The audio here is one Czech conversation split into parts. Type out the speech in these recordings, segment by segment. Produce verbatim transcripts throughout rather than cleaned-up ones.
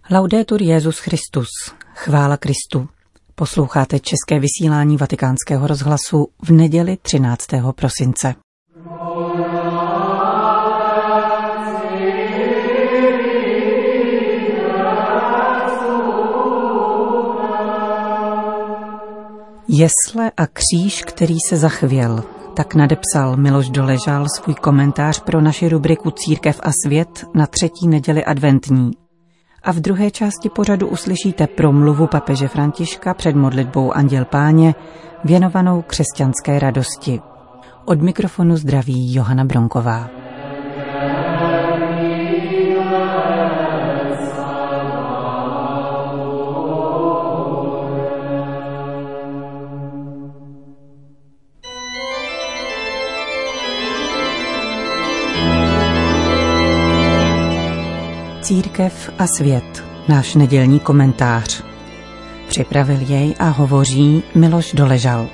Laudetur Jesus Christus, chvála Kristu. Posloucháte české vysílání Vatikánského rozhlasu v neděli třináctého prosince. Jesle a kříž, který se zachvěl. Tak nadepsal Miloš Doležal svůj komentář pro naši rubriku Církev a svět na třetí neděli adventní. A v druhé části pořadu uslyšíte promluvu papeže Františka před modlitbou Anděl Páně, věnovanou křesťanské radosti. Od mikrofonu zdraví Johana Bronková. Církev a svět, náš nedělní komentář. Připravil jej a hovoří Miloš Doležal.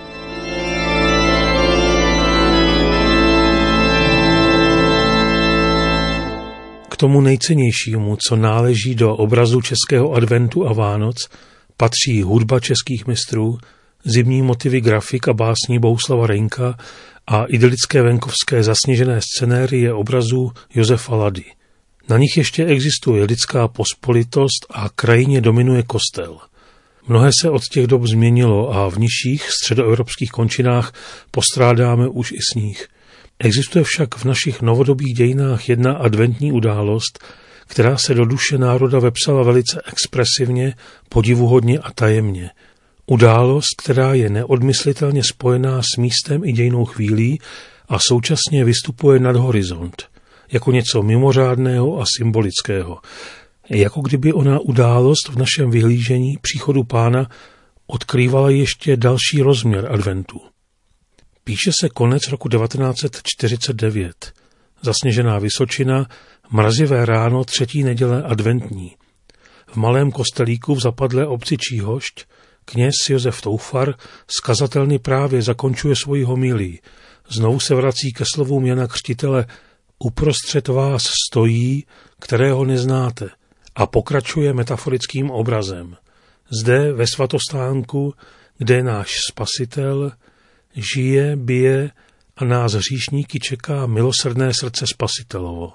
K tomu nejcennějšímu, co náleží do obrazu českého adventu a Vánoc, patří hudba českých mistrů, zimní motivy grafik a básní Bohuslava Reynka a idylické venkovské zasněžené scenérie obrazů Josefa Lady. Na nich ještě existuje lidská pospolitost a krajině dominuje kostel. Mnohé se od těch dob změnilo a v nižších středoevropských končinách postrádáme už i sníh. Existuje však v našich novodobých dějinách jedna adventní událost, která se do duše národa vepsala velice expresivně, podivuhodně a tajemně. Událost, která je neodmyslitelně spojená s místem i dějnou chvílí a současně vystupuje nad horizont, jako něco mimořádného a symbolického. Jako kdyby ona událost v našem vyhlížení příchodu Pána odkrývala ještě další rozměr adventu. Píše se konec roku devatenáct set čtyřicet devět. Zasněžená Vysočina, mrazivé ráno třetí neděle adventní. V malém kostelíku v zapadlé obci Číhošť kněz Josef Toufar z kazatelny právě zakončuje svoji homilii. Znovu se vrací ke slovům Jana Křtitele: uprostřed vás stojí, kterého neznáte, a pokračuje metaforickým obrazem. Zde ve svatostánku, kde náš Spasitel žije, bije a nás hříšníky čeká milosrdné srdce Spasitelovo.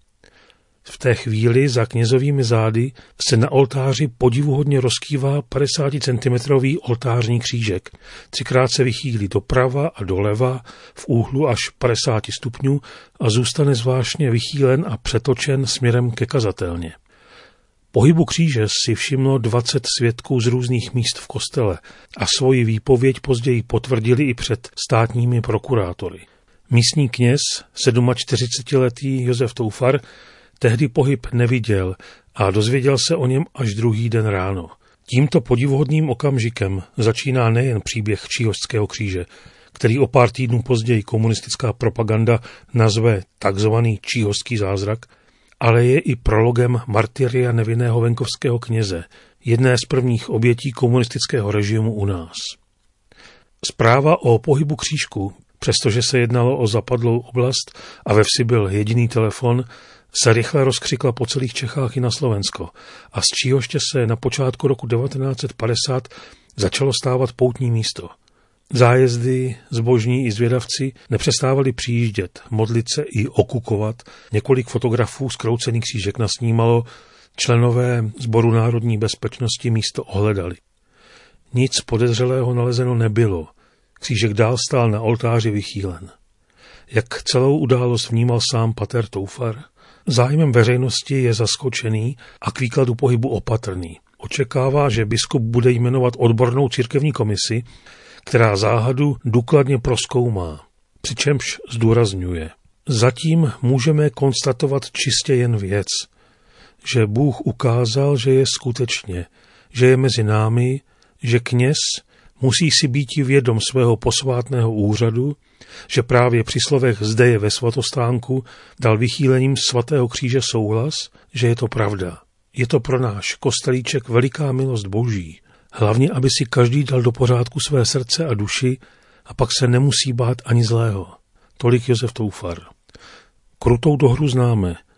V té chvíli za knězovými zády se na oltáři podivuhodně rozkývá padesáticentimetrový oltářní křížek. Třikrát se vychýlí doprava a doleva v úhlu až padesát stupňů a zůstane zvláštně vychýlen a přetočen směrem ke kazatelně. Pohybu kříže si všimlo dvacet svědků z různých míst v kostele a svoji výpověď později potvrdili i před státními prokurátory. Místní kněz, čtyřicetisedmiletý Josef Toufar, tehdy pohyb neviděl a dozvěděl se o něm až druhý den ráno. Tímto podivuhodným okamžikem začíná nejen příběh Číhošťského kříže, který o pár týdnů později komunistická propaganda nazve takzvaný číhošský zázrak, ale je i prologem martyria nevinného venkovského kněze, jedné z prvních obětí komunistického režimu u nás. Zpráva o pohybu křížku, přestože se jednalo o zapadlou oblast a ve vsi byl jediný telefon, se rychle rozkřikla po celých Čechách i na Slovensko a z Číhoště se na počátku roku devatenáct set padesát začalo stávat poutní místo. Zájezdy, zbožní i zvědavci nepřestávali přijíždět, modlit se i okukovat. Několik fotografů zkroucených křížek nasnímalo, členové Sboru národní bezpečnosti místo ohledali. Nic podezřelého nalezeno nebylo. Křížek dál stál na oltáři vychýlen. Jak celou událost vnímal sám pater Toufar? Zájmem veřejnosti je zaskočený a k výkladu pohybu opatrný. Očekává, že biskup bude jmenovat odbornou církevní komisi, která záhadu důkladně prozkoumá, přičemž zdůrazňuje: zatím můžeme konstatovat čistě jen věc, že Bůh ukázal, že je skutečně, že je mezi námi, že kněz musí si býti vědom svého posvátného úřadu, že právě při slovech zde je ve svatostánku dal vychýlením svatého kříže souhlas, že je to pravda. Je to pro náš kostelíček veliká milost Boží, hlavně aby si každý dal do pořádku své srdce a duši a pak se nemusí bát ani zlého. Tolik Josef Toufar. Krutou dohru známe,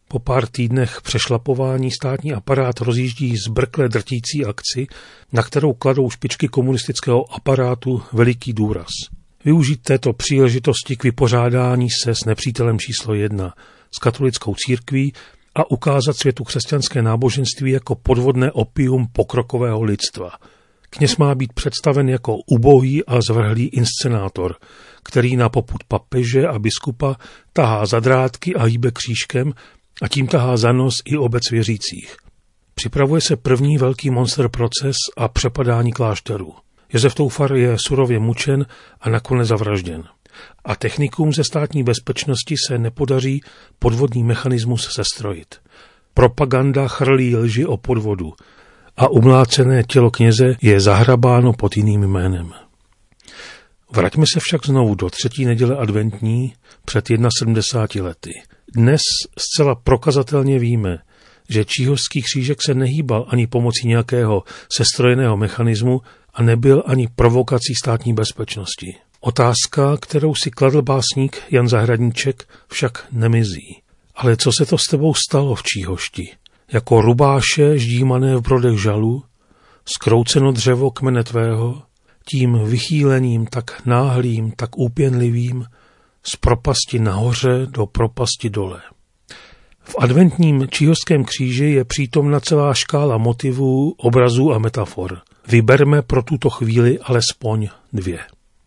Po pár týdnech přešlapování státní aparát rozjíždí zbrkle drtící akci, na kterou kladou špičky komunistického aparátu veliký důraz. Využít této příležitosti k vypořádání se s nepřítelem číslo jedna, s katolickou církví, a ukázat světu křesťanské náboženství jako podvodné opium pokrokového lidstva. Kněz má být představen jako ubohý a zvrhlý inscenátor, který na popud papeže a biskupa tahá za drátky a hýbe křížkem a tím tahá za nos i obec věřících. Připravuje se první velký monster proces a přepadání klášterů. Josef Toufar je surově mučen a nakonec zavražděn. A technikům ze státní bezpečnosti se nepodaří podvodný mechanismus sestrojit. Propaganda chrlí lži o podvodu a umlácené tělo kněze je zahrabáno pod jiným jménem. Vraťme se však znovu do třetí neděle adventní před sedmdesáti lety. Dnes zcela prokazatelně víme, že číhořský křížek se nehýbal ani pomocí nějakého sestrojeného mechanismu a nebyl ani provokací státní bezpečnosti. Otázka, kterou si kladl básník Jan Zahradníček, však nemizí. Ale co se to s tebou stalo v Číhošti? Jako rubáše ždímané v brodech žalu, zkrouceno dřevo kmene tvého, tím vychýlením tak náhlým, tak úpěnlivým, z propasti nahoře do propasti dole. V adventním číhořském kříži je přítomna celá škála motivů, obrazů a metafor. Vyberme pro tuto chvíli alespoň dvě.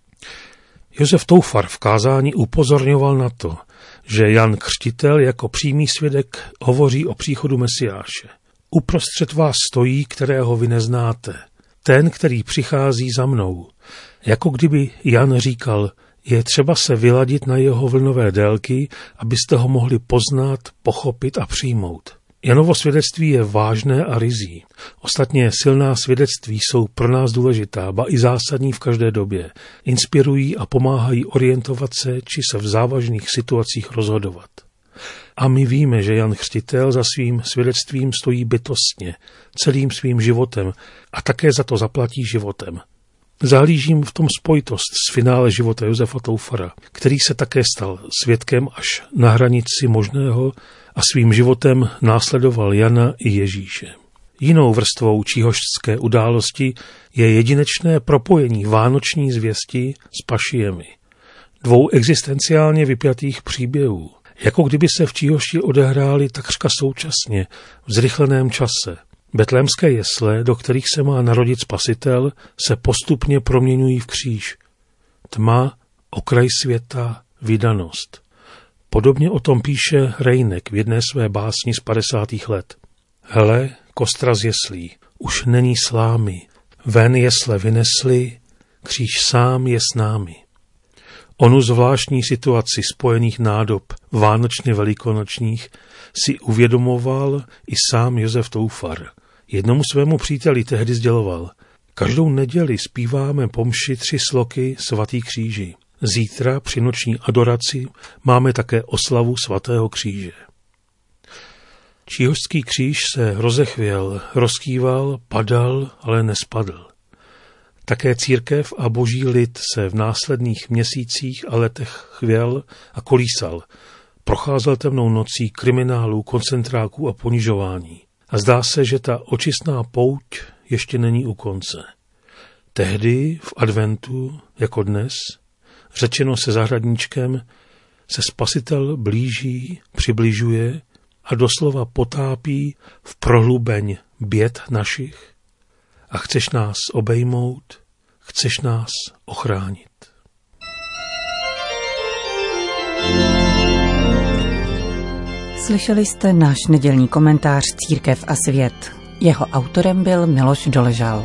Josef Toufar v kázání upozorňoval na to, že Jan Křtitel jako přímý svědek hovoří o příchodu Mesiáše. Uprostřed vás stojí, kterého vy neznáte. Ten, který přichází za mnou. Jako kdyby Jan říkal, je třeba se vyladit na jeho vlnové délky, abyste ho mohli poznat, pochopit a přijmout. Janovo svědectví je vážné a ryzí. Ostatně silná svědectví jsou pro nás důležitá, ba i zásadní v každé době. Inspirují a pomáhají orientovat se či se v závažných situacích rozhodovat. A my víme, že Jan Křtitel za svým svědectvím stojí bytostně, celým svým životem a také za to zaplatí životem. Zahlížím v tom spojitost s finále života Josefa Toufara, který se také stal svědkem až na hranici možného a svým životem následoval Jana i Ježíše. Jinou vrstvou číhošťské události je jedinečné propojení vánoční zvěsti s pašiemi. Dvou existenciálně vypjatých příběhů, jako kdyby se v Číhošti odehrály takřka současně v zrychleném čase. Betlémské jesle, do kterých se má narodit spasitel, se postupně proměňují v kříž. Tma, okraj světa, vydanost. Podobně o tom píše Rejnek v jedné své básni z padesátých let. Hele, kostra z jeslí, už není slámy, ven jesle vynesli, kříž sám je s námi. Onu zvláštní situaci spojených nádob vánočně velikonočních si uvědomoval i sám Josef Toufar. Jednomu svému příteli tehdy sděloval: každou neděli zpíváme po mši tři sloky svatý kříži. Zítra při noční adoraci máme také oslavu svatého kříže. Číhošský kříž se rozechvěl, rozkýval, padal, ale nespadl. Také církev a boží lid se v následných měsících a letech chvěl a kolísal. Procházel temnou nocí kriminálů, koncentráků a ponižování. A zdá se, že ta očistná pouť ještě není u konce. Tehdy v adventu, jako dnes, řečeno se Zahradníčkem, se spasitel blíží, přibližuje a doslova potápí v prohlubeň běd našich a chceš nás obejmout, chceš nás ochránit. Slyšeli jste náš nedělní komentář Církev a svět. Jeho autorem byl Miloš Doležal.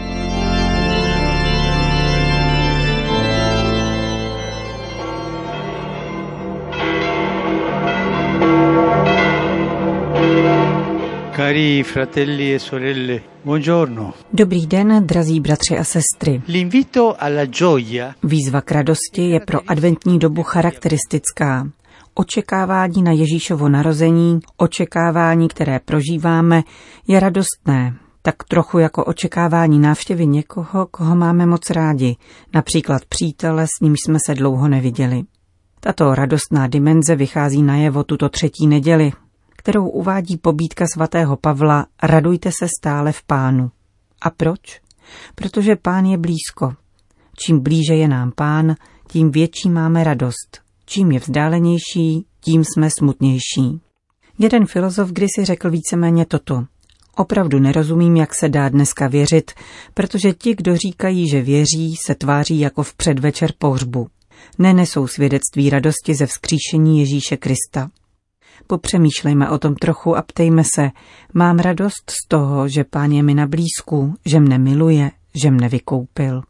Cari fratelli e sorelle, buongiorno. Dobrý den, drazí bratři a sestry. L'invito alla gioia. Výzva k radosti je pro adventní dobu charakteristická. Očekávání na Ježíšovo narození, očekávání, které prožíváme, je radostné. Tak trochu jako očekávání návštěvy někoho, koho máme moc rádi, například přítele, s nímž jsme se dlouho neviděli. Tato radostná dimenze vychází najevo tuto třetí neděli, kterou uvádí pobídka svatého Pavla Radujte se stále v Pánu. A proč? Protože Pán je blízko. Čím blíže je nám Pán, tím větší máme radost. Čím je vzdálenější, tím jsme smutnější. Jeden filozof kdysi řekl víceméně toto. Opravdu nerozumím, jak se dá dneska věřit, protože ti, kdo říkají, že věří, se tváří jako v předvečer pohřbu. Nenesou svědectví radosti ze vzkříšení Ježíše Krista. Popřemýšlejme o tom trochu a ptejme se, mám radost z toho, že Pán je mi na blízku, že mne miluje, že mne vykoupil.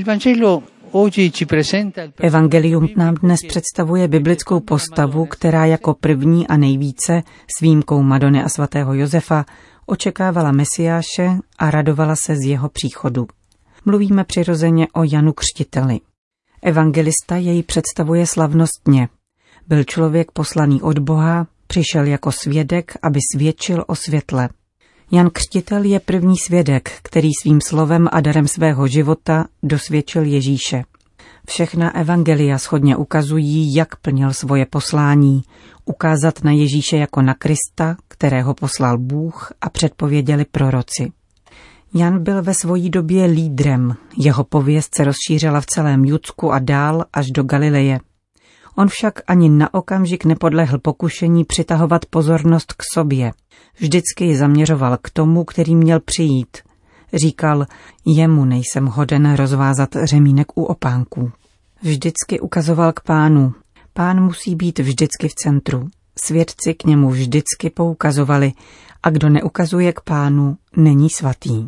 Evangelium nám dnes představuje biblickou postavu, která jako první a nejvíce, s výjimkou Madony a svatého Josefa, očekávala Mesiáše a radovala se z jeho příchodu. Mluvíme přirozeně o Janu Křtiteli. Evangelista jej představuje slavnostně. Byl člověk poslaný od Boha, přišel jako svědek, aby svědčil o světle. Jan Křtitel je první svědek, který svým slovem a darem svého života dosvědčil Ježíše. Všechna evangelia shodně ukazují, jak plnil svoje poslání, ukázat na Ježíše jako na Krista, kterého poslal Bůh a předpověděli proroci. Jan byl ve svojí době lídrem, jeho pověst se rozšířila v celém Judsku a dál až do Galileje. On však ani na okamžik nepodlehl pokušení přitahovat pozornost k sobě. Vždycky ji zaměřoval k tomu, který měl přijít. Říkal, jemu nejsem hoden rozvázat řemínek u opánků. Vždycky ukazoval k Pánu. Pán musí být vždycky v centru. Svědci k němu vždycky poukazovali a kdo neukazuje k Pánu, není svatý.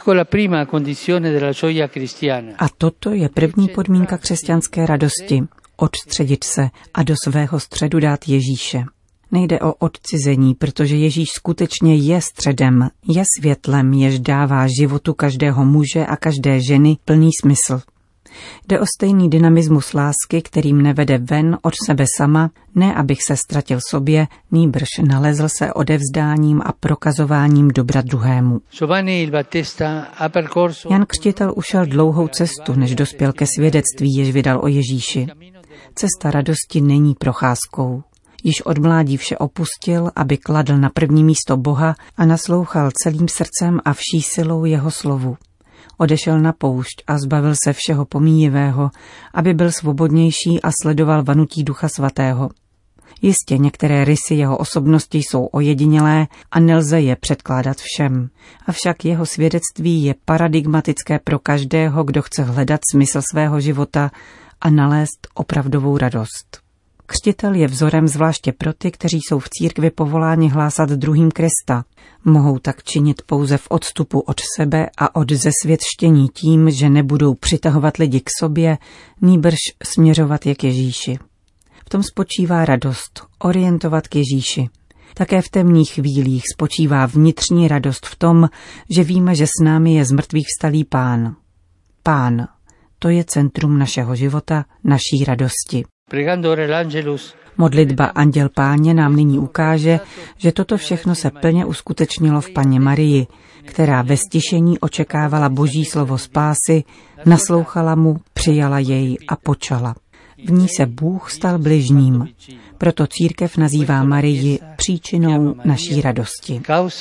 A toto je první podmínka křesťanské radosti. Odstředit se a do svého středu dát Ježíše. Nejde o odcizení, protože Ježíš skutečně je středem, je světlem, jež dává životu každého muže a každé ženy plný smysl. Jde o stejný dynamismus lásky, který mne vede ven od sebe sama, ne abych se ztratil sobě, nýbrž nalezl se odevzdáním a prokazováním dobra druhému. Jan Křtitel ušel dlouhou cestu, než dospěl ke svědectví, jež vydal o Ježíši. Cesta radosti není procházkou. Již od mládí vše opustil, aby kladl na první místo Boha a naslouchal celým srdcem a vší silou jeho slovu. Odešel na poušť a zbavil se všeho pomíjivého, aby byl svobodnější a sledoval vanutí Ducha Svatého. Jistě některé rysy jeho osobnosti jsou ojedinělé a nelze je předkládat všem. Avšak jeho svědectví je paradigmatické pro každého, kdo chce hledat smysl svého života a nalézt opravdovou radost. Křtitel je vzorem zvláště pro ty, kteří jsou v církvi povoláni hlásat druhým Krista. Mohou tak činit pouze v odstupu od sebe a od zesvětštění tím, že nebudou přitahovat lidi k sobě, nýbrž směřovat je k Ježíši. V tom spočívá radost, orientovat k Ježíši. Také v temných chvílích spočívá vnitřní radost v tom, že víme, že s námi je z mrtvých vstalý Pán. Pán, to je centrum našeho života, naší radosti. Modlitba Anděl Páně nám nyní ukáže, že toto všechno se plně uskutečnilo v Panně Marii, která ve stišení očekávala Boží slovo spásy, naslouchala mu, přijala jej a počala. V ní se Bůh stal bližním, proto církev nazývá Marii příčinou naší radosti.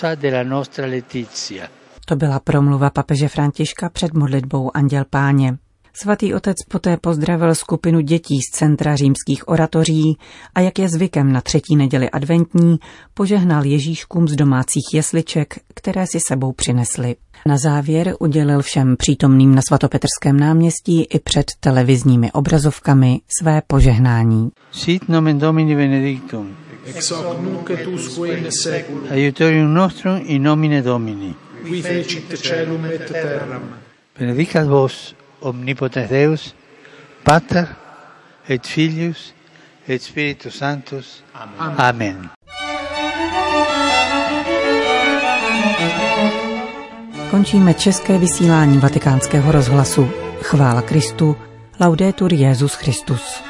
To byla promluva papeže Františka před modlitbou Anděl Páně. Svatý otec poté pozdravil skupinu dětí z centra římských oratoří a jak je zvykem na třetí neděli adventní, požehnal Ježíškům z domácích jesliček, které si sebou přinesli. Na závěr udělil všem přítomným na svatopetrském náměstí i před televizními obrazovkami své požehnání. Sit nomen Domini benedictum. Ex hoc nunc et usque in seculum. Aiutorium nostrum in nomine Domini. Qui fecit caelum et terram. Benedicat vos omnipotens Deus, Pater et Filius et Spiritus Sanctus. Amen. Amen. Končíme české vysílání Vatikánského rozhlasu. Chvála Kristu, laudetur Jesus Christus.